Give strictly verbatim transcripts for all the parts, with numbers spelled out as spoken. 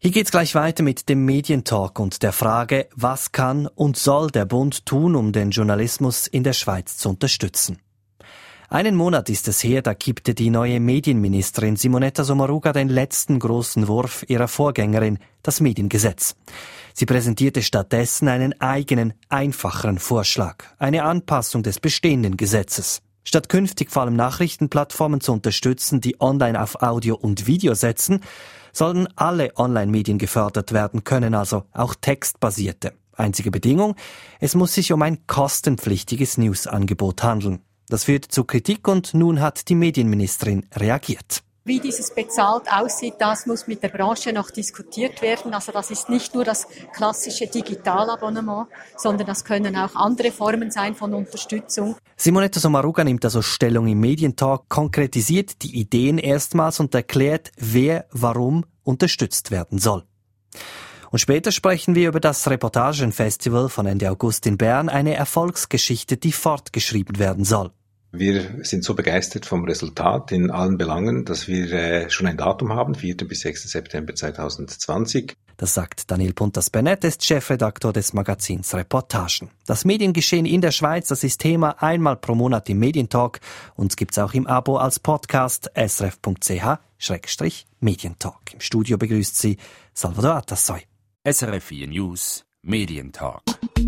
Hier geht's gleich weiter mit dem Medientalk und der Frage, was kann und soll der Bund tun, um den Journalismus in der Schweiz zu unterstützen? Einen Monat ist es her, da kippte die neue Medienministerin Simonetta Sommaruga den letzten großen Wurf ihrer Vorgängerin, das Mediengesetz. Sie präsentierte stattdessen einen eigenen, einfacheren Vorschlag, eine Anpassung des bestehenden Gesetzes. Statt künftig vor allem Nachrichtenplattformen zu unterstützen, die online auf Audio und Video setzen, sollen alle Online-Medien gefördert werden können, also auch textbasierte. Einzige Bedingung, es muss sich um ein kostenpflichtiges News-Angebot handeln. Das führt zu Kritik und nun hat die Medienministerin reagiert. Wie dieses bezahlt aussieht, das muss mit der Branche noch diskutiert werden. Also das ist nicht nur das klassische Digitalabonnement, sondern das können auch andere Formen sein von Unterstützung. Simonetta Sommaruga nimmt also Stellung im Medientalk, konkretisiert die Ideen erstmals und erklärt, wer warum unterstützt werden soll. Und später sprechen wir über das Reportagenfestival von Ende August in Bern, eine Erfolgsgeschichte, die fortgeschrieben werden soll. Wir sind so begeistert vom Resultat in allen Belangen, dass wir äh, schon ein Datum haben, vierten bis sechsten September zweitausendzwanzig. Das sagt Daniel Puntas-Bennett, ist Chefredaktor des Magazins Reportagen. Das Mediengeschehen in der Schweiz, das ist Thema einmal pro Monat im Medientalk. Uns gibt's auch im Abo als Podcast s r f punkt c h schrägstrich medientalk. Im Studio begrüßt Sie Salvador Atassoy. S R F vier News Medientalk.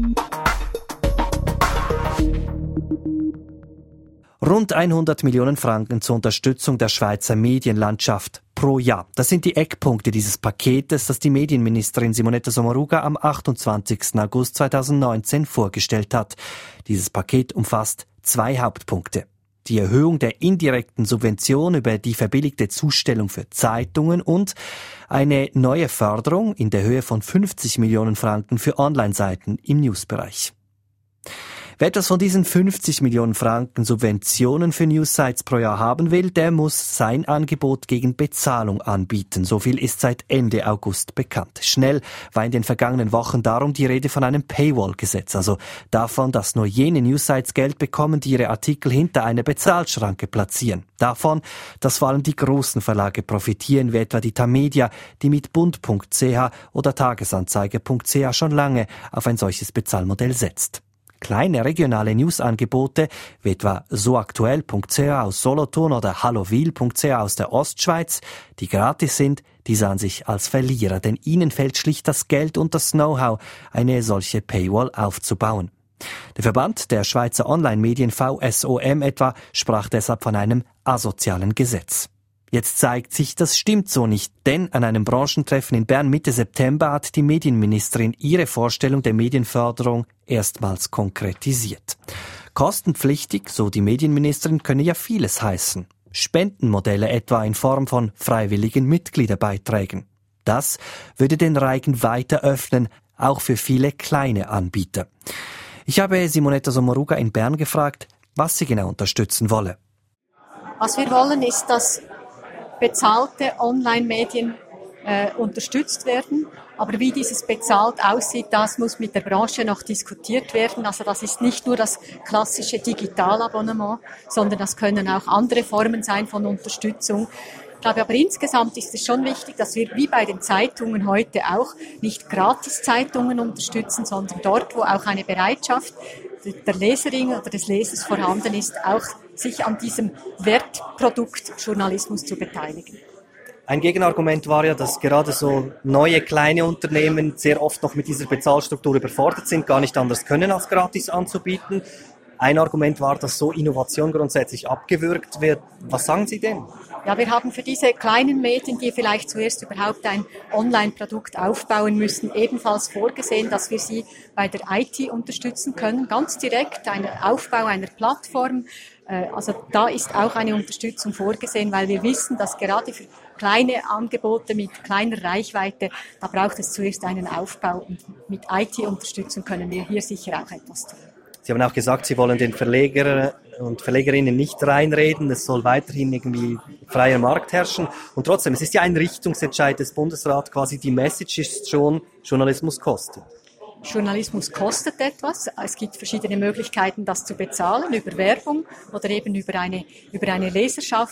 Rund hundert Millionen Franken zur Unterstützung der Schweizer Medienlandschaft pro Jahr. Das sind die Eckpunkte dieses Paketes, das die Medienministerin Simonetta Sommaruga am achtundzwanzigsten August zweitausendneunzehn vorgestellt hat. Dieses Paket umfasst zwei Hauptpunkte. Die Erhöhung der indirekten Subvention über die verbilligte Zustellung für Zeitungen und eine neue Förderung in der Höhe von fünfzig Millionen Franken für Online-Seiten im Newsbereich. Wer etwas von diesen fünfzig Millionen Franken Subventionen für Newssites pro Jahr haben will, der muss sein Angebot gegen Bezahlung anbieten. So viel ist seit Ende August bekannt. Schnell war in den vergangenen Wochen darum die Rede von einem Paywall-Gesetz, also davon, dass nur jene Newssites Geld bekommen, die ihre Artikel hinter einer Bezahlschranke platzieren. Davon, dass vor allem die großen Verlage profitieren, wie etwa die Tamedia, die mit bund punkt c h oder tagesanzeiger punkt c h schon lange auf ein solches Bezahlmodell setzt. Kleine regionale Newsangebote, wie etwa soaktuell punkt c h aus Solothurn oder hallowil punkt c h aus der Ostschweiz, die gratis sind, die sahen sich als Verlierer, denn ihnen fehlt schlicht das Geld und das Know-how, eine solche Paywall aufzubauen. Der Verband der Schweizer Online-Medien V S O M etwa sprach deshalb von einem asozialen Gesetz. Jetzt zeigt sich, das stimmt so nicht, denn an einem Branchentreffen in Bern Mitte September hat die Medienministerin ihre Vorstellung der Medienförderung erstmals konkretisiert. Kostenpflichtig, so die Medienministerin, könne ja vieles heißen. Spendenmodelle etwa in Form von freiwilligen Mitgliederbeiträgen. Das würde den Reigen weiter öffnen, auch für viele kleine Anbieter. Ich habe Simonetta Sommaruga in Bern gefragt, was sie genau unterstützen wolle. Was wir wollen, ist, dass bezahlte Online-Medien äh, unterstützt werden. Aber wie dieses bezahlt aussieht, das muss mit der Branche noch diskutiert werden. Also das ist nicht nur das klassische Digitalabonnement, sondern das können auch andere Formen sein von Unterstützung. Ich glaube aber insgesamt ist es schon wichtig, dass wir wie bei den Zeitungen heute auch nicht Gratis-Zeitungen unterstützen, sondern dort, wo auch eine Bereitschaft der Leserin oder des Lesers vorhanden ist, auch sich an diesem Wertprodukt Journalismus zu beteiligen. Ein Gegenargument war ja, dass gerade so neue kleine Unternehmen sehr oft noch mit dieser Bezahlstruktur überfordert sind, gar nicht anders können, als gratis anzubieten. Ein Argument war, dass so Innovation grundsätzlich abgewürgt wird. Was sagen Sie denn? Ja, wir haben für diese kleinen Medien, die vielleicht zuerst überhaupt ein Online-Produkt aufbauen müssen, ebenfalls vorgesehen, dass wir sie bei der I T unterstützen können, ganz direkt, ein Aufbau einer Plattform. Also da ist auch eine Unterstützung vorgesehen, weil wir wissen, dass gerade für kleine Angebote mit kleiner Reichweite, da braucht es zuerst einen Aufbau und mit I T-Unterstützung können wir hier sicher auch etwas tun. Sie haben auch gesagt, Sie wollen den Verleger und Verlegerinnen nicht reinreden. Es soll weiterhin irgendwie freier Markt herrschen. Und trotzdem, es ist ja ein Richtungsentscheid des Bundesrats. Quasi die Message ist schon, Journalismus kostet. Journalismus kostet etwas. Es gibt verschiedene Möglichkeiten, das zu bezahlen, über Werbung oder eben über eine, über eine Leserschaft.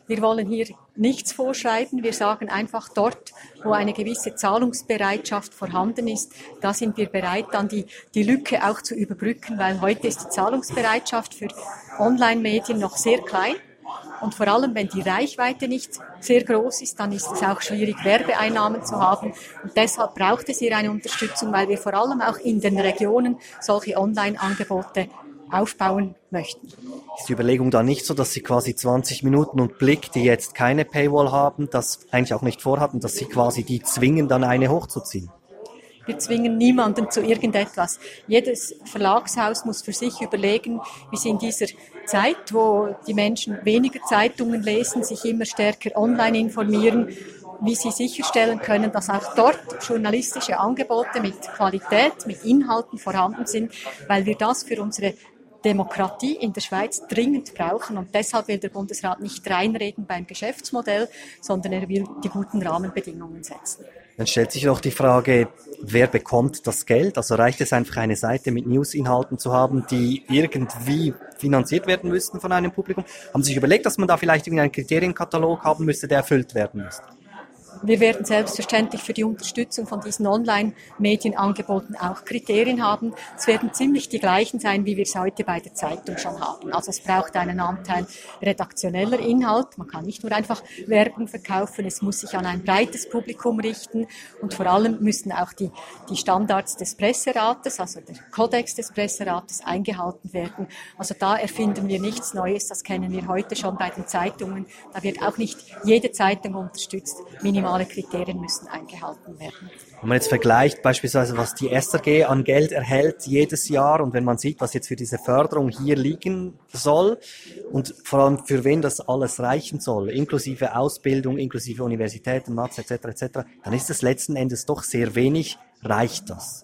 Wir wollen hier nichts vorschreiben. Wir sagen einfach, dort, wo eine gewisse Zahlungsbereitschaft vorhanden ist, da sind wir bereit, dann die, die Lücke auch zu überbrücken, weil heute ist die Zahlungsbereitschaft für Online-Medien noch sehr klein. Und vor allem, wenn die Reichweite nicht sehr groß ist, dann ist es auch schwierig, Werbeeinnahmen zu haben. Und deshalb braucht es hier eine Unterstützung, weil wir vor allem auch in den Regionen solche Online-Angebote aufbauen möchten. Ist die Überlegung da nicht so, dass Sie quasi zwanzig Minuten und Blick, die jetzt keine Paywall haben, das eigentlich auch nicht vorhatten, dass Sie quasi die zwingen, dann eine hochzuziehen? Wir zwingen niemanden zu irgendetwas. Jedes Verlagshaus muss für sich überlegen, wie sie in dieser Zeit, wo die Menschen weniger Zeitungen lesen, sich immer stärker online informieren, wie sie sicherstellen können, dass auch dort journalistische Angebote mit Qualität, mit Inhalten vorhanden sind, weil wir das für unsere Demokratie in der Schweiz dringend brauchen. Und deshalb will der Bundesrat nicht reinreden beim Geschäftsmodell, sondern er will die guten Rahmenbedingungen setzen. Dann stellt sich noch die Frage, wer bekommt das Geld? Also reicht es einfach, eine Seite mit Newsinhalten zu haben, die irgendwie finanziert werden müssten von einem Publikum? Haben Sie sich überlegt, dass man da vielleicht einen Kriterienkatalog haben müsste, der erfüllt werden müsste? Wir werden selbstverständlich für die Unterstützung von diesen Online-Medienangeboten auch Kriterien haben. Es werden ziemlich die gleichen sein, wie wir es heute bei der Zeitung schon haben. Also es braucht einen Anteil redaktioneller Inhalt. Man kann nicht nur einfach Werbung verkaufen. Es muss sich an ein breites Publikum richten. Und vor allem müssen auch die, die Standards des Presserates, also der Kodex des Presserates, eingehalten werden. Also da erfinden wir nichts Neues. Das kennen wir heute schon bei den Zeitungen. Da wird auch nicht jede Zeitung unterstützt. Minimal Alle Kriterien müssen eingehalten werden. Wenn man jetzt vergleicht, beispielsweise, was die S R G an Geld erhält jedes Jahr und wenn man sieht, was jetzt für diese Förderung hier liegen soll und vor allem für wen das alles reichen soll, inklusive Ausbildung, inklusive Universitäten, Mathe et cetera et cetera, dann ist es letzten Endes doch sehr wenig. Reicht das?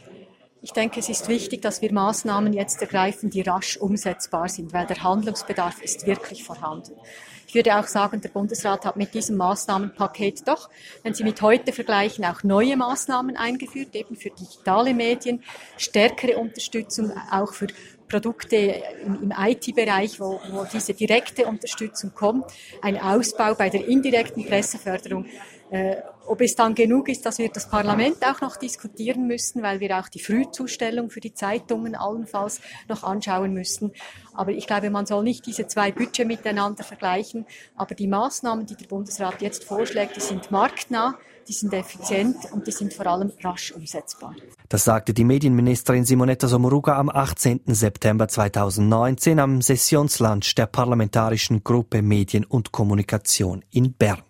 Ich denke, es ist wichtig, dass wir Maßnahmen jetzt ergreifen, die rasch umsetzbar sind, weil der Handlungsbedarf ist wirklich vorhanden. Ich würde auch sagen, der Bundesrat hat mit diesem Maßnahmenpaket doch, wenn Sie mit heute vergleichen, auch neue Maßnahmen eingeführt, eben für digitale Medien, stärkere Unterstützung auch für Produkte im, im I T-Bereich, wo, wo diese direkte Unterstützung kommt, ein Ausbau bei der indirekten Presseförderung. Äh, ob es dann genug ist, dass wir das Parlament auch noch diskutieren müssen, weil wir auch die Frühzustellung für die Zeitungen allenfalls noch anschauen müssen. Aber ich glaube, man soll nicht diese zwei Budgets miteinander vergleichen. Aber die Maßnahmen, die der Bundesrat jetzt vorschlägt, die sind marktnah, die sind effizient und die sind vor allem rasch umsetzbar. Das sagte die Medienministerin Simonetta Sommaruga am achtzehnten September zweitausendneunzehn am Sessionslunch der Parlamentarischen Gruppe Medien und Kommunikation in Bern.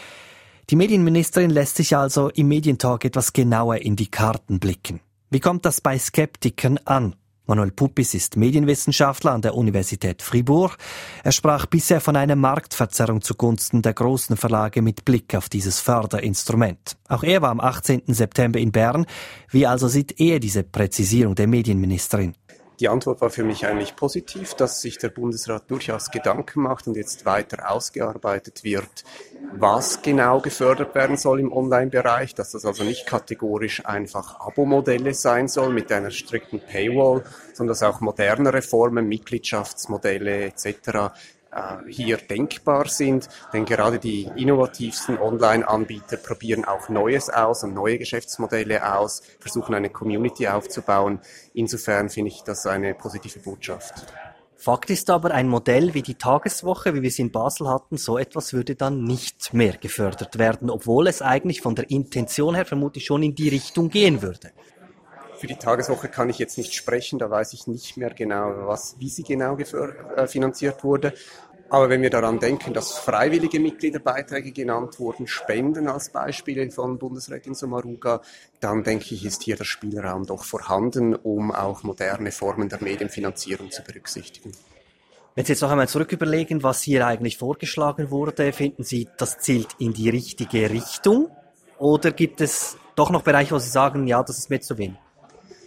Die Medienministerin lässt sich also im Medientalk etwas genauer in die Karten blicken. Wie kommt das bei Skeptikern an? Manuel Puppis ist Medienwissenschaftler an der Universität Fribourg. Er sprach bisher von einer Marktverzerrung zugunsten der großen Verlage mit Blick auf dieses Förderinstrument. Auch er war am achtzehnten September in Bern. Wie also sieht er diese Präzisierung der Medienministerin? Die Antwort war für mich eigentlich positiv, dass sich der Bundesrat durchaus Gedanken macht und jetzt weiter ausgearbeitet wird, was genau gefördert werden soll im Online-Bereich, dass das also nicht kategorisch einfach Abo-Modelle sein soll mit einer strikten Paywall, sondern dass auch modernere Formen, Mitgliedschaftsmodelle et cetera hier denkbar sind, denn gerade die innovativsten Online-Anbieter probieren auch Neues aus und neue Geschäftsmodelle aus, versuchen eine Community aufzubauen. Insofern finde ich das eine positive Botschaft. Fakt ist aber, ein Modell wie die Tageswoche, wie wir sie in Basel hatten, so etwas würde dann nicht mehr gefördert werden, obwohl es eigentlich von der Intention her vermutlich schon in die Richtung gehen würde. Für die Tageswoche kann ich jetzt nicht sprechen, da weiß ich nicht mehr genau, was, wie sie genau geför- äh, finanziert wurde. Aber wenn wir daran denken, dass freiwillige Mitgliederbeiträge genannt wurden, Spenden als Beispiele von Bundesrätin Sommaruga, dann denke ich, ist hier der Spielraum doch vorhanden, um auch moderne Formen der Medienfinanzierung zu berücksichtigen. Wenn Sie jetzt noch einmal zurück überlegen, was hier eigentlich vorgeschlagen wurde, finden Sie, das zielt in die richtige Richtung? Oder gibt es doch noch Bereiche, wo Sie sagen, ja, das ist mir zu wenig?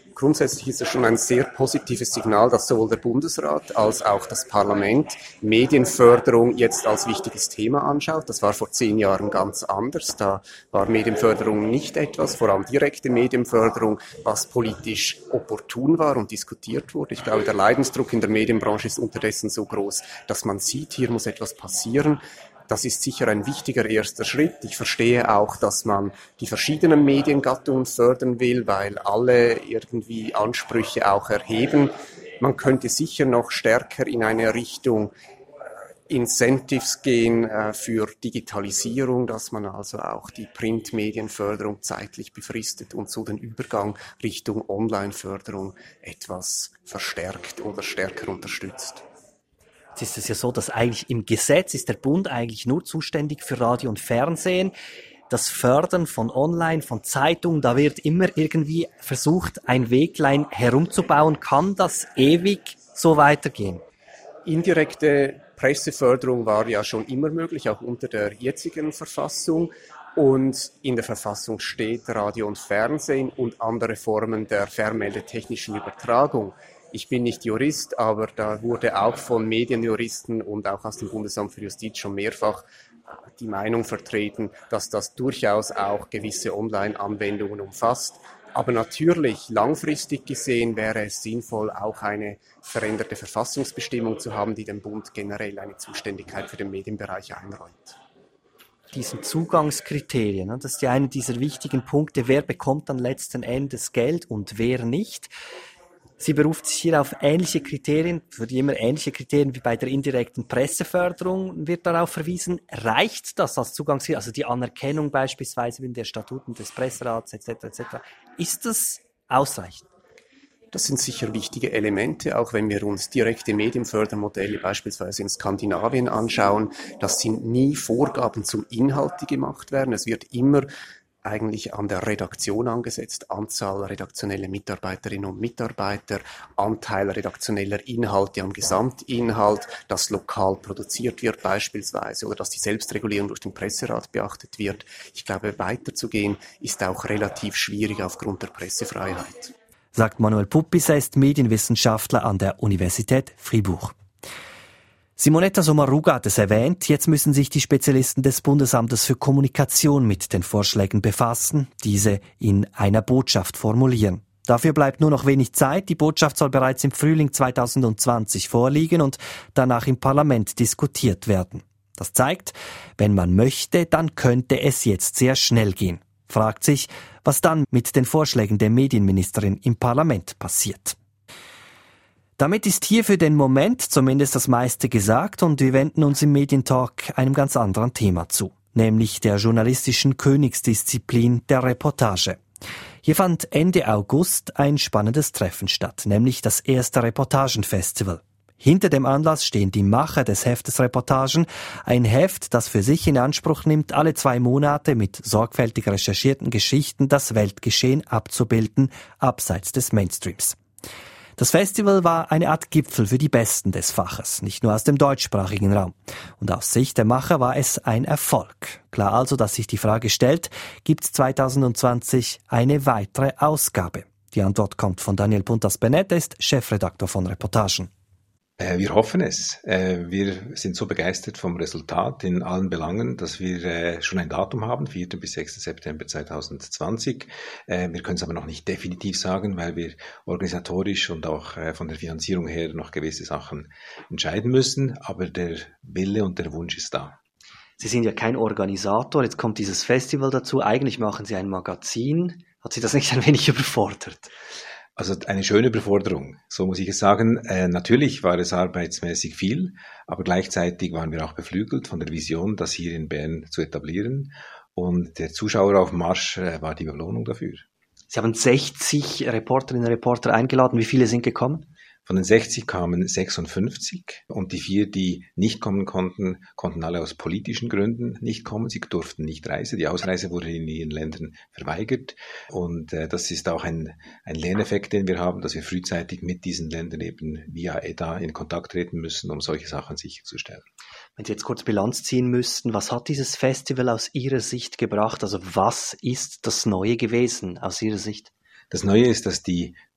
Grundsätzlich ist es schon ein sehr positives Signal, dass sowohl der Bundesrat als auch das Parlament Medienförderung jetzt als wichtiges Thema anschaut. Das war vor zehn Jahren ganz anders. Da war Medienförderung nicht etwas, vor allem direkte Medienförderung, was politisch opportun war und diskutiert wurde. Ich glaube, der Leidensdruck in der Medienbranche ist unterdessen so groß, dass man sieht, hier muss etwas passieren. Das ist sicher ein wichtiger erster Schritt. Ich verstehe auch, dass man die verschiedenen Mediengattungen fördern will, weil alle irgendwie Ansprüche auch erheben. Man könnte sicher noch stärker in eine Richtung Incentives gehen äh, für Digitalisierung, dass man also auch die Printmedienförderung zeitlich befristet und so den Übergang Richtung Online-Förderung etwas verstärkt oder stärker unterstützt. Jetzt ist es ja so, dass eigentlich im Gesetz ist der Bund eigentlich nur zuständig für Radio und Fernsehen. Das Fördern von Online, von Zeitungen, da wird immer irgendwie versucht, ein Weglein herumzubauen. Kann das ewig so weitergehen? Indirekte Presseförderung war ja schon immer möglich, auch unter der jetzigen Verfassung. Und in der Verfassung steht Radio und Fernsehen und andere Formen der fernmeldetechnischen Übertragung. Ich bin nicht Jurist, aber da wurde auch von Medienjuristen und auch aus dem Bundesamt für Justiz schon mehrfach die Meinung vertreten, dass das durchaus auch gewisse Online-Anwendungen umfasst. Aber natürlich, langfristig gesehen, wäre es sinnvoll, auch eine veränderte Verfassungsbestimmung zu haben, die dem Bund generell eine Zuständigkeit für den Medienbereich einräumt. Diesen Zugangskriterien, das ist ja einer dieser wichtigen Punkte, wer bekommt dann letzten Endes Geld und wer nicht. Sie beruft sich hier auf ähnliche Kriterien, für die immer ähnliche Kriterien wie bei der indirekten Presseförderung wird darauf verwiesen. Reicht das als Zugangskriterium, also die Anerkennung beispielsweise in der Statuten des Presserats et cetera et cetera? Ist das ausreichend? Das sind sicher wichtige Elemente, auch wenn wir uns direkte Medienfördermodelle beispielsweise in Skandinavien anschauen. Das sind nie Vorgaben zum Inhalt, die gemacht werden. Es wird immer eigentlich an der Redaktion angesetzt, Anzahl redaktionelle Mitarbeiterinnen und Mitarbeiter, Anteil redaktioneller Inhalte am Gesamtinhalt, das lokal produziert wird beispielsweise oder dass die Selbstregulierung durch den Presserat beachtet wird. Ich glaube, weiterzugehen ist auch relativ schwierig aufgrund der Pressefreiheit. Sagt Manuel Puppis, er ist Medienwissenschaftler an der Universität Fribourg. Simonetta Sommaruga hat es erwähnt, jetzt müssen sich die Spezialisten des Bundesamtes für Kommunikation mit den Vorschlägen befassen, diese in einer Botschaft formulieren. Dafür bleibt nur noch wenig Zeit, die Botschaft soll bereits im Frühling zweitausendzwanzig vorliegen und danach im Parlament diskutiert werden. Das zeigt, wenn man möchte, dann könnte es jetzt sehr schnell gehen. Fragt sich, was dann mit den Vorschlägen der Medienministerin im Parlament passiert. Damit ist hier für den Moment zumindest das meiste gesagt und wir wenden uns im Medientalk einem ganz anderen Thema zu, nämlich der journalistischen Königsdisziplin der Reportage. Hier fand Ende August ein spannendes Treffen statt, nämlich das erste Reportagenfestival. Hinter dem Anlass stehen die Macher des Heftes Reportagen, ein Heft, das für sich in Anspruch nimmt, alle zwei Monate mit sorgfältig recherchierten Geschichten das Weltgeschehen abzubilden, abseits des Mainstreams. Das Festival war eine Art Gipfel für die Besten des Faches, nicht nur aus dem deutschsprachigen Raum. Und aus Sicht der Macher war es ein Erfolg. Klar also, dass sich die Frage stellt, gibt es zweitausendzwanzig eine weitere Ausgabe? Die Antwort kommt von Daniel Puntas-Benet, er ist Chefredaktor von Reportagen. Wir hoffen es. Wir sind so begeistert vom Resultat in allen Belangen, dass wir schon ein Datum haben, vierten bis sechsten September zweitausendzwanzig. Wir können es aber noch nicht definitiv sagen, weil wir organisatorisch und auch von der Finanzierung her noch gewisse Sachen entscheiden müssen. Aber der Wille und der Wunsch ist da. Sie sind ja kein Organisator, jetzt kommt dieses Festival dazu. Eigentlich machen Sie ein Magazin. Hat Sie das nicht ein wenig überfordert? Also eine schöne Überforderung, so muss ich es sagen. Äh, natürlich war es arbeitsmäßig viel, aber gleichzeitig waren wir auch beflügelt von der Vision, das hier in Bern zu etablieren. Und der Zuschauer auf Marsch äh, war die Belohnung dafür. Sie haben sechzig Reporterinnen und Reporter eingeladen. Wie viele sind gekommen? Von den sechzig kamen sechsundfünfzig und die vier, die nicht kommen konnten, konnten alle aus politischen Gründen nicht kommen. Sie durften nicht reisen. Die Ausreise wurde in ihren Ländern verweigert. Und äh, das ist auch ein, ein Lerneffekt, den wir haben, dass wir frühzeitig mit diesen Ländern eben via E D A in Kontakt treten müssen, um solche Sachen sicherzustellen. Wenn Sie jetzt kurz Bilanz ziehen müssten, was hat dieses Festival aus Ihrer Sicht gebracht? Also was ist das Neue gewesen aus Ihrer Sicht? Das Neue ist, dass die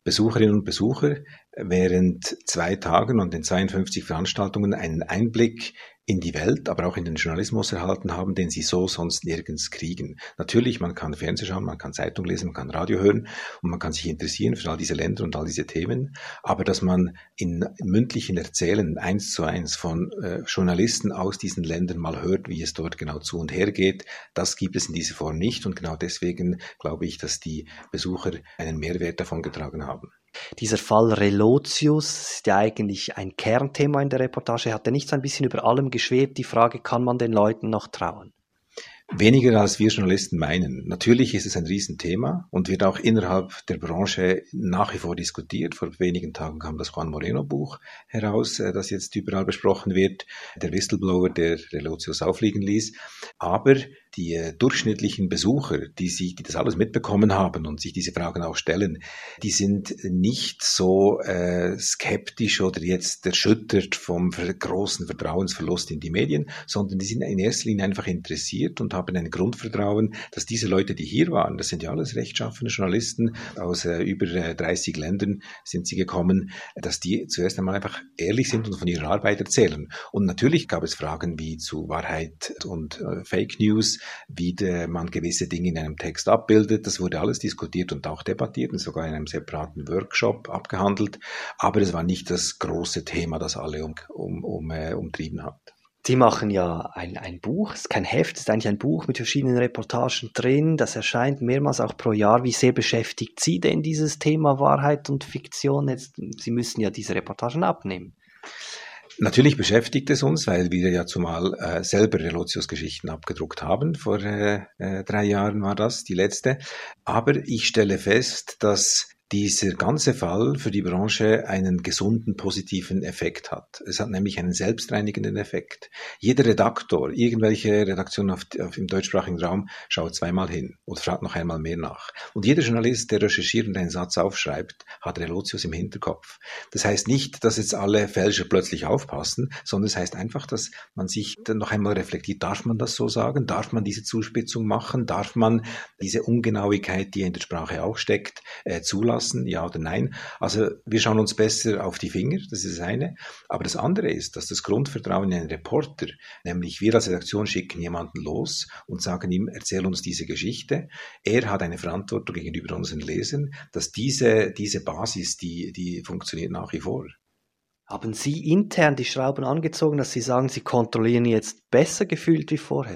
Besucherinnen und Besucher während zwei Tagen und den zweiundfünfzig Veranstaltungen einen Einblick in die Welt, aber auch in den Journalismus erhalten haben, den sie so sonst nirgends kriegen. Natürlich, man kann Fernsehen schauen, man kann Zeitung lesen, man kann Radio hören und man kann sich interessieren für all diese Länder und all diese Themen, aber dass man in mündlichen Erzählen eins zu eins von äh, Journalisten aus diesen Ländern mal hört, wie es dort genau zu und her geht, das gibt es in dieser Form nicht und genau deswegen glaube ich, dass die Besucher einen Mehrwert davon getragen haben. Dieser Fall Relotius ist ja eigentlich ein Kernthema in der Reportage. Hat er nicht so ein bisschen über allem geschwebt? Die Frage, kann man den Leuten noch trauen? Weniger als wir Journalisten meinen. Natürlich ist es ein Riesenthema und wird auch innerhalb der Branche nach wie vor diskutiert. Vor wenigen Tagen kam das Juan Moreno Buch heraus, das jetzt überall besprochen wird. Der Whistleblower, der Relotius auffliegen ließ. Aber die äh, durchschnittlichen Besucher, die sich, die das alles mitbekommen haben und sich diese Fragen auch stellen, die sind nicht so äh, skeptisch oder jetzt erschüttert vom großen Vertrauensverlust in die Medien, sondern die sind in erster Linie einfach interessiert und haben ein Grundvertrauen, dass diese Leute, die hier waren, das sind ja alles rechtschaffene Journalisten aus äh, über äh, dreißig Ländern sind sie gekommen, dass die zuerst einmal einfach ehrlich sind und von ihrer Arbeit erzählen. Und natürlich gab es Fragen wie zu Wahrheit und äh, Fake News, wie de, man gewisse Dinge in einem Text abbildet. Das wurde alles diskutiert und auch debattiert und sogar in einem separaten Workshop abgehandelt. Aber es war nicht das große Thema, das alle um, um, um, äh, umtrieben hat. Sie machen ja ein, ein Buch, es ist kein Heft, es ist eigentlich ein Buch mit verschiedenen Reportagen drin. Das erscheint mehrmals auch pro Jahr. Wie sehr beschäftigt Sie denn dieses Thema Wahrheit und Fiktion? Jetzt, Sie müssen ja diese Reportagen abnehmen. Natürlich beschäftigt es uns, weil wir ja zumal äh, selber Relotius-Geschichten abgedruckt haben. Vor äh, äh, drei Jahren war das die letzte. Aber ich stelle fest, dass dieser ganze Fall für die Branche einen gesunden, positiven Effekt hat. Es hat nämlich einen selbstreinigenden Effekt. Jeder Redaktor, irgendwelche Redaktion auf, auf, im deutschsprachigen Raum, schaut zweimal hin und fragt noch einmal mehr nach. Und jeder Journalist, der recherchiert und einen Satz aufschreibt, hat Relotius im Hinterkopf. Das heißt nicht, dass jetzt alle Fälscher plötzlich aufpassen, sondern es heißt einfach, dass man sich dann noch einmal reflektiert, darf man das so sagen? Darf man diese Zuspitzung machen? Darf man diese Ungenauigkeit, die in der Sprache auch steckt, äh, zulassen? Ja oder nein. Also wir schauen uns besser auf die Finger, das ist das eine. Aber das andere ist, dass das Grundvertrauen in einen Reporter, nämlich wir als Redaktion schicken jemanden los und sagen ihm, erzähl uns diese Geschichte. Er hat eine Verantwortung gegenüber unseren Lesern, dass diese, diese Basis, die, die funktioniert nach wie vor. Haben Sie intern die Schrauben angezogen, dass Sie sagen, Sie kontrollieren jetzt besser gefühlt wie vorher?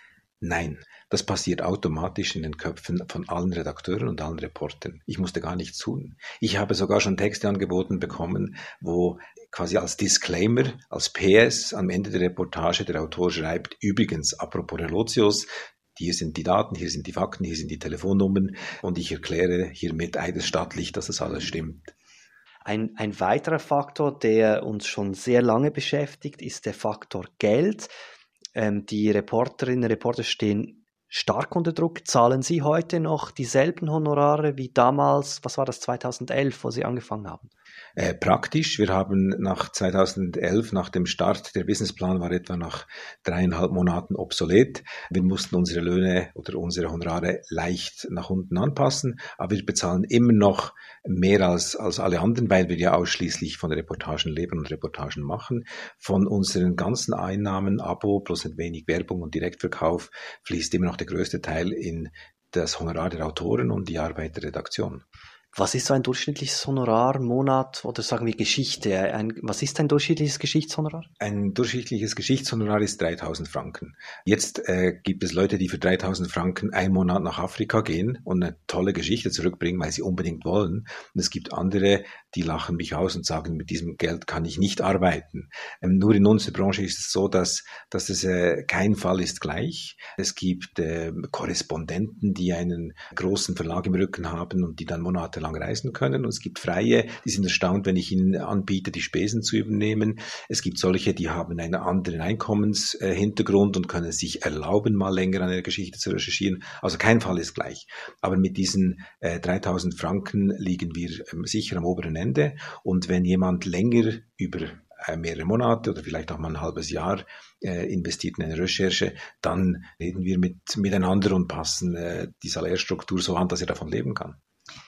Nein. Das passiert automatisch in den Köpfen von allen Redakteuren und allen Reportern. Ich musste gar nichts tun. Ich habe sogar schon Texte angeboten bekommen, wo quasi als Disclaimer, als P S am Ende der Reportage der Autor schreibt, übrigens, apropos Relotius, hier sind die Daten, hier sind die Fakten, hier sind die Telefonnummern und ich erkläre hiermit eidesstattlich, dass das alles stimmt. Ein, ein weiterer Faktor, der uns schon sehr lange beschäftigt, ist der Faktor Geld. Ähm, die Reporterinnen und Reporter stehen stark unter Druck. Zahlen Sie heute noch dieselben Honorare wie damals, was war das, zweitausendelf, wo Sie angefangen haben? Äh, praktisch. Wir haben nach zweitausendelf, nach dem Start, der Businessplan war etwa nach dreieinhalb Monaten obsolet. Wir mussten unsere Löhne oder unsere Honorare leicht nach unten anpassen, aber wir bezahlen immer noch mehr als, als alle anderen, weil wir ja ausschließlich von Reportagen leben und Reportagen machen. Von unseren ganzen Einnahmen, Abo plus ein wenig Werbung und Direktverkauf, fließt immer noch der größte Teil in das Honorar der Autoren und die Arbeit der Redaktion. Was ist so ein durchschnittliches Honorar, Monat oder sagen wir Geschichte? Ein, was ist ein durchschnittliches Geschichtshonorar? Ein durchschnittliches Geschichtshonorar ist dreitausend Franken. Jetzt äh, gibt es Leute, die für dreitausend Franken einen Monat nach Afrika gehen und eine tolle Geschichte zurückbringen, weil sie unbedingt wollen. Und es gibt andere, die lachen mich aus und sagen, mit diesem Geld kann ich nicht arbeiten. Ähm, nur in unserer Branche ist es so, dass, dass es äh, kein Fall ist gleich. Es gibt äh, Korrespondenten, die einen großen Verlag im Rücken haben und die dann monatelang reisen können. Und es gibt Freie, die sind erstaunt, wenn ich ihnen anbiete, die Spesen zu übernehmen. Es gibt solche, die haben einen anderen Einkommenshintergrund und können sich erlauben, mal länger an einer Geschichte zu recherchieren. Also kein Fall ist gleich. Aber mit diesen äh, dreitausend Franken liegen wir ähm, sicher am oberen Ende. Und wenn jemand länger über äh, mehrere Monate oder vielleicht auch mal ein halbes Jahr äh, investiert in eine Recherche, dann reden wir mit, miteinander und passen äh, die Salärstruktur so an, dass er davon leben kann.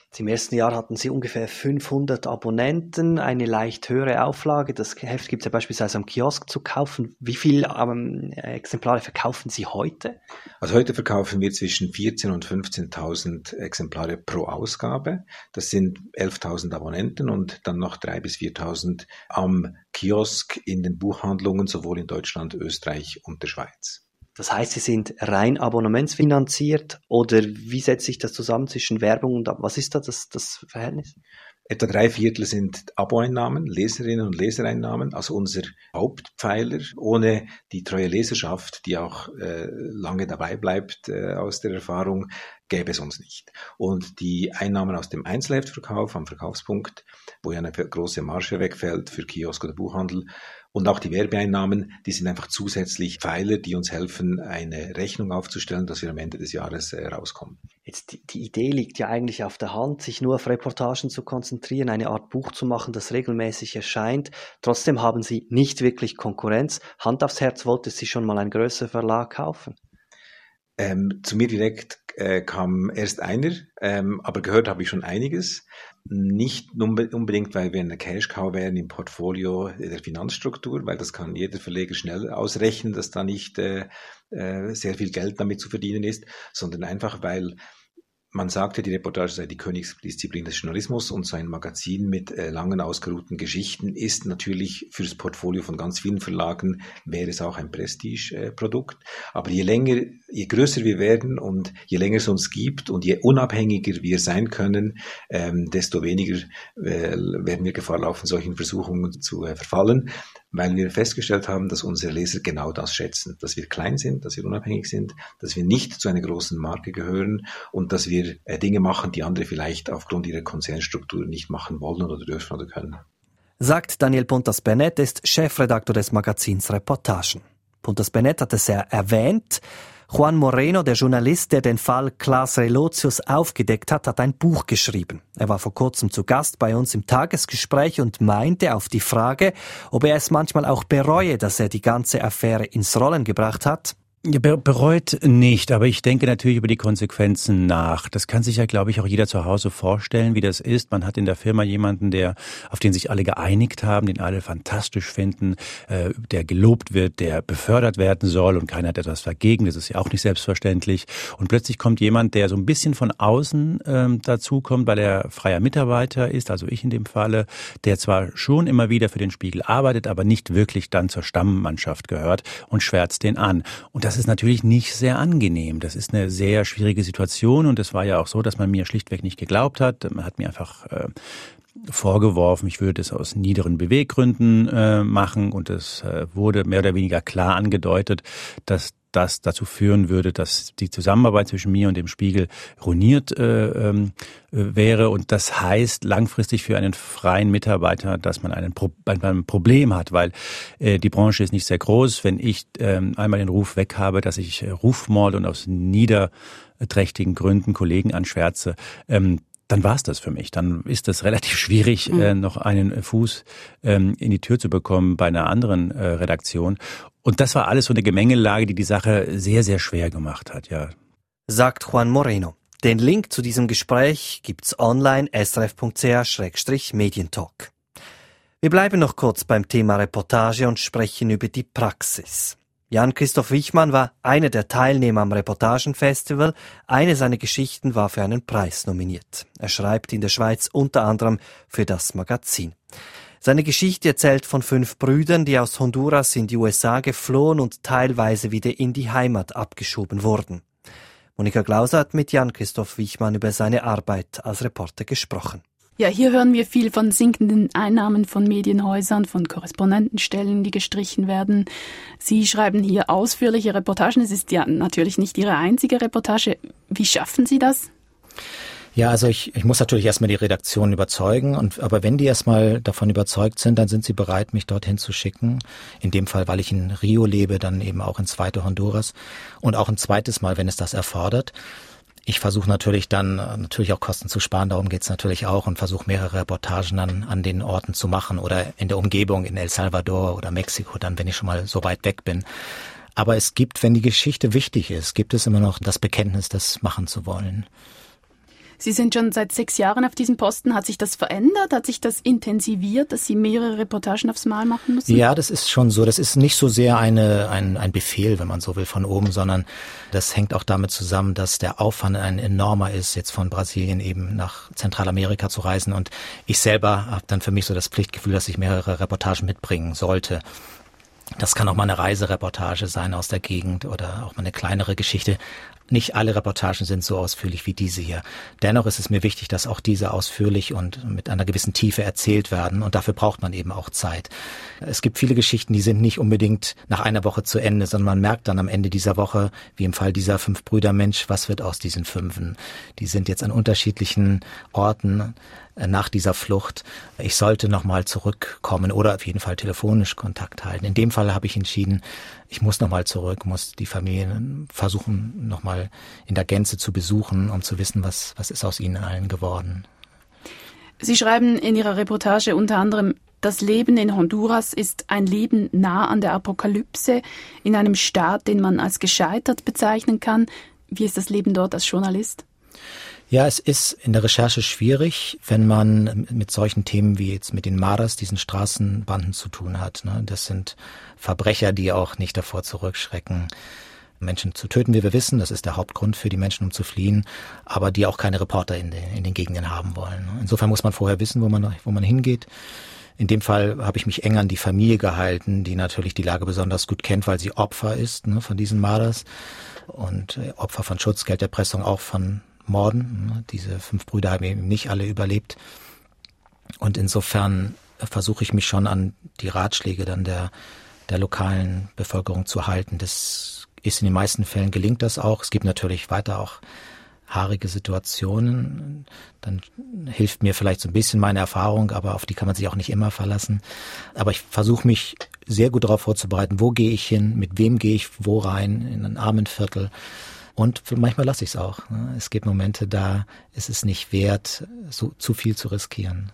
Im ersten Jahr hatten Sie ungefähr fünfhundert Abonnenten, eine leicht höhere Auflage. Das Heft gibt es ja beispielsweise am Kiosk zu kaufen. Wie viele ähm, Exemplare verkaufen Sie heute? Also heute verkaufen wir zwischen vierzehntausend und fünfzehntausend Exemplare pro Ausgabe. Das sind elftausend Abonnenten und dann noch dreitausend bis viertausend am Kiosk in den Buchhandlungen, sowohl in Deutschland, Österreich und der Schweiz. Das heißt, Sie sind rein abonnementsfinanziert oder wie setzt sich das zusammen zwischen Werbung und was ist da das, das Verhältnis? Etwa drei Viertel sind Abo-Einnahmen, Leserinnen und Lesereinnahmen, also unser Hauptpfeiler. Ohne die treue Leserschaft, die auch äh, lange dabei bleibt äh, aus der Erfahrung, gäbe es uns nicht. Und die Einnahmen aus dem Einzelheftverkauf am Verkaufspunkt, wo ja eine große Marge wegfällt für Kiosk oder Buchhandel, und auch die Werbeeinnahmen, die sind einfach zusätzlich Pfeiler, die uns helfen, eine Rechnung aufzustellen, dass wir am Ende des Jahres äh, rauskommen. Jetzt die, die Idee liegt ja eigentlich auf der Hand, sich nur auf Reportagen zu konzentrieren, eine Art Buch zu machen, das regelmäßig erscheint. Trotzdem haben Sie nicht wirklich Konkurrenz. Hand aufs Herz, wollte Sie schon mal ein größerer Verlag kaufen? Ähm, zu mir direkt äh, kam erst einer, ähm, aber gehört habe ich schon einiges. Nicht unbedingt, weil wir eine Cash-Cow wären im Portfolio der Finanzstruktur, weil das kann jeder Verleger schnell ausrechnen, dass da nicht äh, äh, sehr viel Geld damit zu verdienen ist, sondern einfach, weil man sagte, die Reportage sei die Königsdisziplin des Journalismus und so ein Magazin mit äh, langen, ausgeruhten Geschichten ist natürlich für das Portfolio von ganz vielen Verlagen, wäre es auch ein Prestige-Produkt. Äh, Aber je länger, je größer wir werden und je länger es uns gibt und je unabhängiger wir sein können, ähm, desto weniger äh, werden wir Gefahr laufen, solchen Versuchungen zu äh, verfallen, weil wir festgestellt haben, dass unsere Leser genau das schätzen, dass wir klein sind, dass wir unabhängig sind, dass wir nicht zu einer großen Marke gehören und dass wir Dinge machen, die andere vielleicht aufgrund ihrer Konzernstruktur nicht machen wollen oder dürfen oder können. Sagt Daniel Puntas-Bennett, ist Chefredakteur des Magazins Reportagen. Puntas-Bennett hat es ja erwähnt. Juan Moreno, der Journalist, der den Fall Klaas Relotius aufgedeckt hat, hat ein Buch geschrieben. Er war vor kurzem zu Gast bei uns im Tagesgespräch und meinte auf die Frage, ob er es manchmal auch bereue, dass er die ganze Affäre ins Rollen gebracht hat. Be- bereut nicht, aber ich denke natürlich über die Konsequenzen nach. Das kann sich ja, glaube ich, auch jeder zu Hause vorstellen, wie das ist. Man hat in der Firma jemanden, der, auf den sich alle geeinigt haben, den alle fantastisch finden, äh, der gelobt wird, der befördert werden soll und keiner hat etwas dagegen. Das ist ja auch nicht selbstverständlich. Und plötzlich kommt jemand, der so ein bisschen von außen ähm, dazukommt, weil er freier Mitarbeiter ist, also ich in dem Falle, der zwar schon immer wieder für den Spiegel arbeitet, aber nicht wirklich dann zur Stammmannschaft gehört und schwärzt den an. Und das ist natürlich nicht sehr angenehm. Das ist eine sehr schwierige Situation und es war ja auch so, dass man mir schlichtweg nicht geglaubt hat. Man hat mir einfach äh, vorgeworfen, ich würde es aus niederen Beweggründen äh, machen und es äh, wurde mehr oder weniger klar angedeutet, dass das dazu führen würde, dass die Zusammenarbeit zwischen mir und dem Spiegel ruiniert äh, äh, wäre. Und das heißt langfristig für einen freien Mitarbeiter, dass man einen Pro- ein Problem hat, weil äh, die Branche ist nicht sehr groß. Wenn ich äh, einmal den Ruf weg habe, dass ich äh, Rufmord und aus niederträchtigen Gründen Kollegen anschwärze, ähm, dann war es das für mich. Dann ist es relativ schwierig, mhm. äh, noch einen Fuß ähm, in die Tür zu bekommen bei einer anderen äh, Redaktion. Und das war alles so eine Gemengelage, die die Sache sehr, sehr schwer gemacht hat, ja. Sagt Juan Moreno. Den Link zu diesem Gespräch gibt's online s r f punkt c h slash medientalk. Wir bleiben noch kurz beim Thema Reportage und sprechen über die Praxis. Jan-Christoph Wichmann war einer der Teilnehmer am Reportagenfestival. Eine seiner Geschichten war für einen Preis nominiert. Er schreibt in der Schweiz unter anderem für das Magazin. Seine Geschichte erzählt von fünf Brüdern, die aus Honduras in die U S A geflohen und teilweise wieder in die Heimat abgeschoben wurden. Monika Glauser hat mit Jan-Christoph Wichmann über seine Arbeit als Reporter gesprochen. Ja, hier hören wir viel von sinkenden Einnahmen von Medienhäusern, von Korrespondentenstellen, die gestrichen werden. Sie schreiben hier ausführliche Reportagen. Es ist ja natürlich nicht Ihre einzige Reportage. Wie schaffen Sie das? Ja, also ich, ich muss natürlich erstmal die Redaktion überzeugen. Und aber wenn die erstmal davon überzeugt sind, dann sind sie bereit, mich dorthin zu schicken. In dem Fall, weil ich in Rio lebe, dann eben auch ins zweite Honduras und auch ein zweites Mal, wenn es das erfordert. Ich versuche natürlich dann natürlich auch Kosten zu sparen, darum geht's natürlich auch, und versuche mehrere Reportagen dann an den Orten zu machen oder in der Umgebung in El Salvador oder Mexiko, dann wenn ich schon mal so weit weg bin. Aber es gibt, wenn die Geschichte wichtig ist, gibt es immer noch das Bekenntnis, das machen zu wollen. Sie sind schon seit sechs Jahren auf diesem Posten. Hat sich das verändert? Hat sich das intensiviert, dass Sie mehrere Reportagen aufs Mal machen müssen? Ja, das ist schon so. Das ist nicht so sehr eine, ein, ein Befehl, wenn man so will, von oben, sondern das hängt auch damit zusammen, dass der Aufwand ein enormer ist, jetzt von Brasilien eben nach Zentralamerika zu reisen. Und ich selber habe dann für mich so das Pflichtgefühl, dass ich mehrere Reportagen mitbringen sollte. Das kann auch mal eine Reisereportage sein aus der Gegend oder auch mal eine kleinere Geschichte. Nicht alle Reportagen sind so ausführlich wie diese hier. Dennoch ist es mir wichtig, dass auch diese ausführlich und mit einer gewissen Tiefe erzählt werden. Und dafür braucht man eben auch Zeit. Es gibt viele Geschichten, die sind nicht unbedingt nach einer Woche zu Ende, sondern man merkt dann am Ende dieser Woche, wie im Fall dieser fünf Brüder, Mensch, was wird aus diesen Fünfen? Die sind jetzt an unterschiedlichen Orten nach dieser Flucht. Ich sollte nochmal zurückkommen oder auf jeden Fall telefonisch Kontakt halten. In dem Fall habe ich entschieden, ich muss nochmal zurück, muss die Familien versuchen, nochmal in der Gänze zu besuchen, um zu wissen, was, was ist aus ihnen allen geworden. Sie schreiben in Ihrer Reportage unter anderem, das Leben in Honduras ist ein Leben nah an der Apokalypse, in einem Staat, den man als gescheitert bezeichnen kann. Wie ist das Leben dort als Journalist? Ja, es ist in der Recherche schwierig, wenn man mit solchen Themen wie jetzt mit den Maras, diesen Straßenbanden zu tun hat. Das sind Verbrecher, die auch nicht davor zurückschrecken, Menschen zu töten, wie wir wissen. Das ist der Hauptgrund für die Menschen, um zu fliehen, aber die auch keine Reporter in den, in den Gegenden haben wollen. Insofern muss man vorher wissen, wo man, wo man hingeht. In dem Fall habe ich mich eng an die Familie gehalten, die natürlich die Lage besonders gut kennt, weil sie Opfer ist, ne, von diesen Maras und Opfer von Schutzgelderpressung, auch von Morden. Diese fünf Brüder haben eben nicht alle überlebt. Und insofern versuche ich mich schon an die Ratschläge dann der, der lokalen Bevölkerung zu halten. Das ist in den meisten Fällen gelingt das auch. Es gibt natürlich weiter auch haarige Situationen. Dann hilft mir vielleicht so ein bisschen meine Erfahrung, aber auf die kann man sich auch nicht immer verlassen. Aber ich versuche mich sehr gut darauf vorzubereiten, wo gehe ich hin, mit wem gehe ich wo rein, in ein Armenviertel. Und manchmal lasse ich es auch. Es gibt Momente, da ist es nicht wert, so zu viel zu riskieren.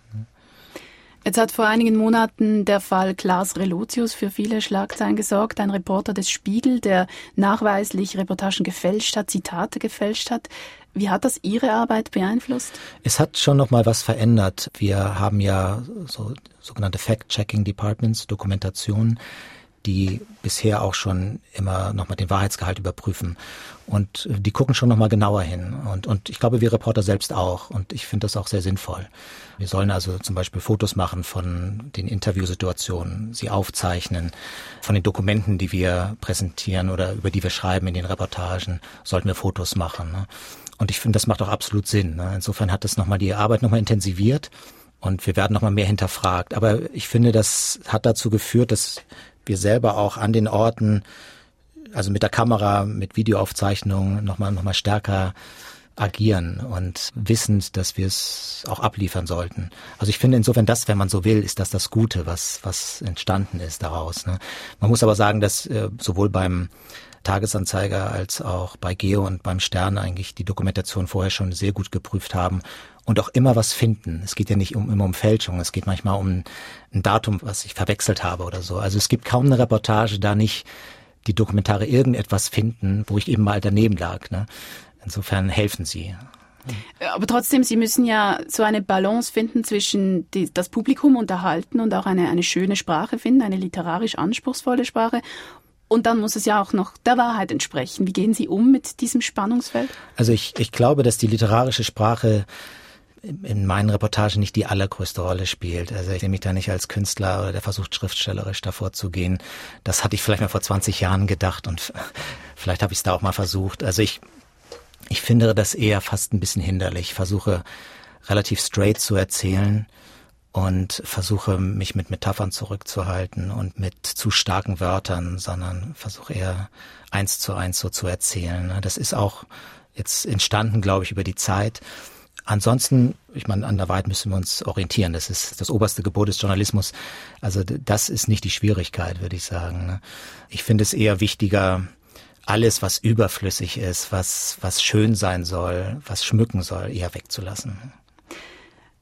Jetzt hat vor einigen Monaten der Fall Klaas Relotius für viele Schlagzeilen gesorgt. Ein Reporter des Spiegel, der nachweislich Reportagen gefälscht hat, Zitate gefälscht hat. Wie hat das Ihre Arbeit beeinflusst? Es hat schon noch mal was verändert. Wir haben ja so sogenannte Fact-Checking-Departments, Dokumentationen, die bisher auch schon immer nochmal den Wahrheitsgehalt überprüfen. Und die gucken schon nochmal genauer hin. Und, und ich glaube, wir Reporter selbst auch. Und ich finde das auch sehr sinnvoll. Wir sollen also zum Beispiel Fotos machen von den Interviewsituationen, sie aufzeichnen, von den Dokumenten, die wir präsentieren oder über die wir schreiben in den Reportagen, sollten wir Fotos machen. Ne? Und ich finde, das macht auch absolut Sinn. Ne? Insofern hat das nochmal die Arbeit nochmal intensiviert und wir werden nochmal mehr hinterfragt. Aber ich finde, das hat dazu geführt, dass wir selber auch an den Orten, also mit der Kamera, mit Videoaufzeichnungen nochmal noch mal stärker agieren und wissend, dass wir es auch abliefern sollten. Also ich finde insofern das, wenn man so will, ist das das Gute, was was entstanden ist daraus. Ne? Man muss aber sagen, dass äh, sowohl beim Tagesanzeiger als auch bei Geo und beim Stern eigentlich die Dokumentation vorher schon sehr gut geprüft haben und auch immer was finden. Es geht ja nicht um, immer um Fälschung, es geht manchmal um ein Datum, was ich verwechselt habe oder so. Also es gibt kaum eine Reportage, da nicht die Dokumentare irgendetwas finden, wo ich eben mal daneben lag. Ne? Insofern helfen sie. Aber trotzdem, Sie müssen ja so eine Balance finden zwischen die, das Publikum unterhalten und auch eine, eine schöne Sprache finden, eine literarisch anspruchsvolle Sprache. Und dann muss es ja auch noch der Wahrheit entsprechen. Wie gehen Sie um mit diesem Spannungsfeld? Also ich, ich glaube, dass die literarische Sprache in meinen Reportagen nicht die allergrößte Rolle spielt. Also ich sehe mich da nicht als Künstler oder der versucht, schriftstellerisch davor zu gehen. Das hatte ich vielleicht mal vor zwanzig Jahren gedacht und vielleicht habe ich es da auch mal versucht. Also ich, ich finde das eher fast ein bisschen hinderlich. Ich versuche relativ straight zu erzählen und versuche mich mit Metaphern zurückzuhalten und mit zu starken Wörtern, sondern versuche eher eins zu eins so zu erzählen. Das ist auch jetzt entstanden, glaube ich, über die Zeit. Ansonsten, ich meine, an der Wahrheit müssen wir uns orientieren. Das ist das oberste Gebot des Journalismus. Also das ist nicht die Schwierigkeit, würde ich sagen. Ich finde es eher wichtiger, alles, was überflüssig ist, was, was schön sein soll, was schmücken soll, eher wegzulassen.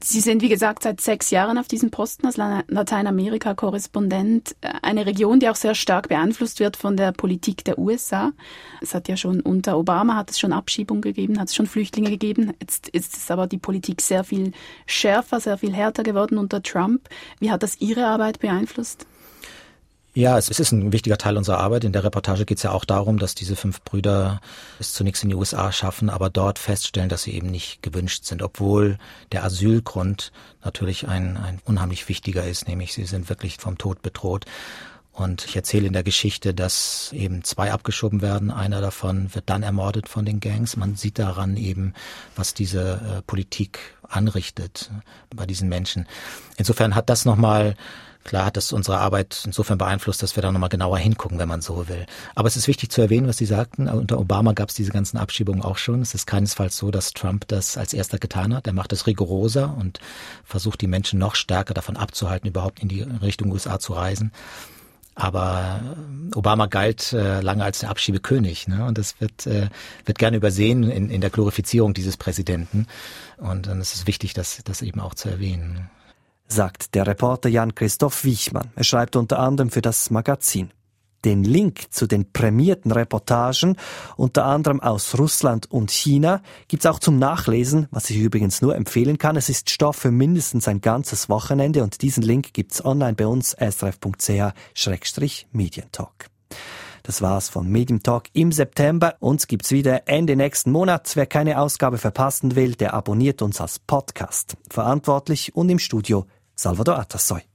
Sie sind, wie gesagt, seit sechs Jahren auf diesem Posten als Lateinamerika-Korrespondent. Eine Region, die auch sehr stark beeinflusst wird von der Politik der U S A. Es hat ja schon unter Obama hat es schon Abschiebung gegeben, hat es schon Flüchtlinge gegeben. Jetzt ist es aber die Politik sehr viel schärfer, sehr viel härter geworden unter Trump. Wie hat das Ihre Arbeit beeinflusst? Ja, es ist ein wichtiger Teil unserer Arbeit. In der Reportage geht es ja auch darum, dass diese fünf Brüder es zunächst in die U S A schaffen, aber dort feststellen, dass sie eben nicht gewünscht sind, obwohl der Asylgrund natürlich ein, ein unheimlich wichtiger ist, nämlich sie sind wirklich vom Tod bedroht. Und ich erzähle in der Geschichte, dass eben zwei abgeschoben werden. Einer davon wird dann ermordet von den Gangs. Man sieht daran eben, was diese äh, Politik anrichtet bei diesen Menschen. Insofern hat das nochmal Klar hat das unsere Arbeit insofern beeinflusst, dass wir da nochmal genauer hingucken, wenn man so will. Aber es ist wichtig zu erwähnen, was Sie sagten. Unter Obama gab es diese ganzen Abschiebungen auch schon. Es ist keinesfalls so, dass Trump das als erster getan hat. Er macht es rigoroser und versucht, die Menschen noch stärker davon abzuhalten, überhaupt in die Richtung U S A zu reisen. Aber Obama galt äh, lange als der Abschiebekönig, ne? Und das wird äh, wird gerne übersehen in, in der Glorifizierung dieses Präsidenten. Und dann ist es wichtig, das, das eben auch zu erwähnen. Sagt der Reporter Jan-Christoph Wichmann. Er schreibt unter anderem für das Magazin. Den Link zu den prämierten Reportagen, unter anderem aus Russland und China, gibt's auch zum Nachlesen, was ich übrigens nur empfehlen kann. Es ist Stoff für mindestens ein ganzes Wochenende und diesen Link gibt's online bei uns, s r f punkt c h slash medientalk. Das war's von Medientalk im September. Uns gibt's wieder Ende nächsten Monat. Wer keine Ausgabe verpassen will, der abonniert uns als Podcast. Verantwortlich und im Studio Salvador Atassoy.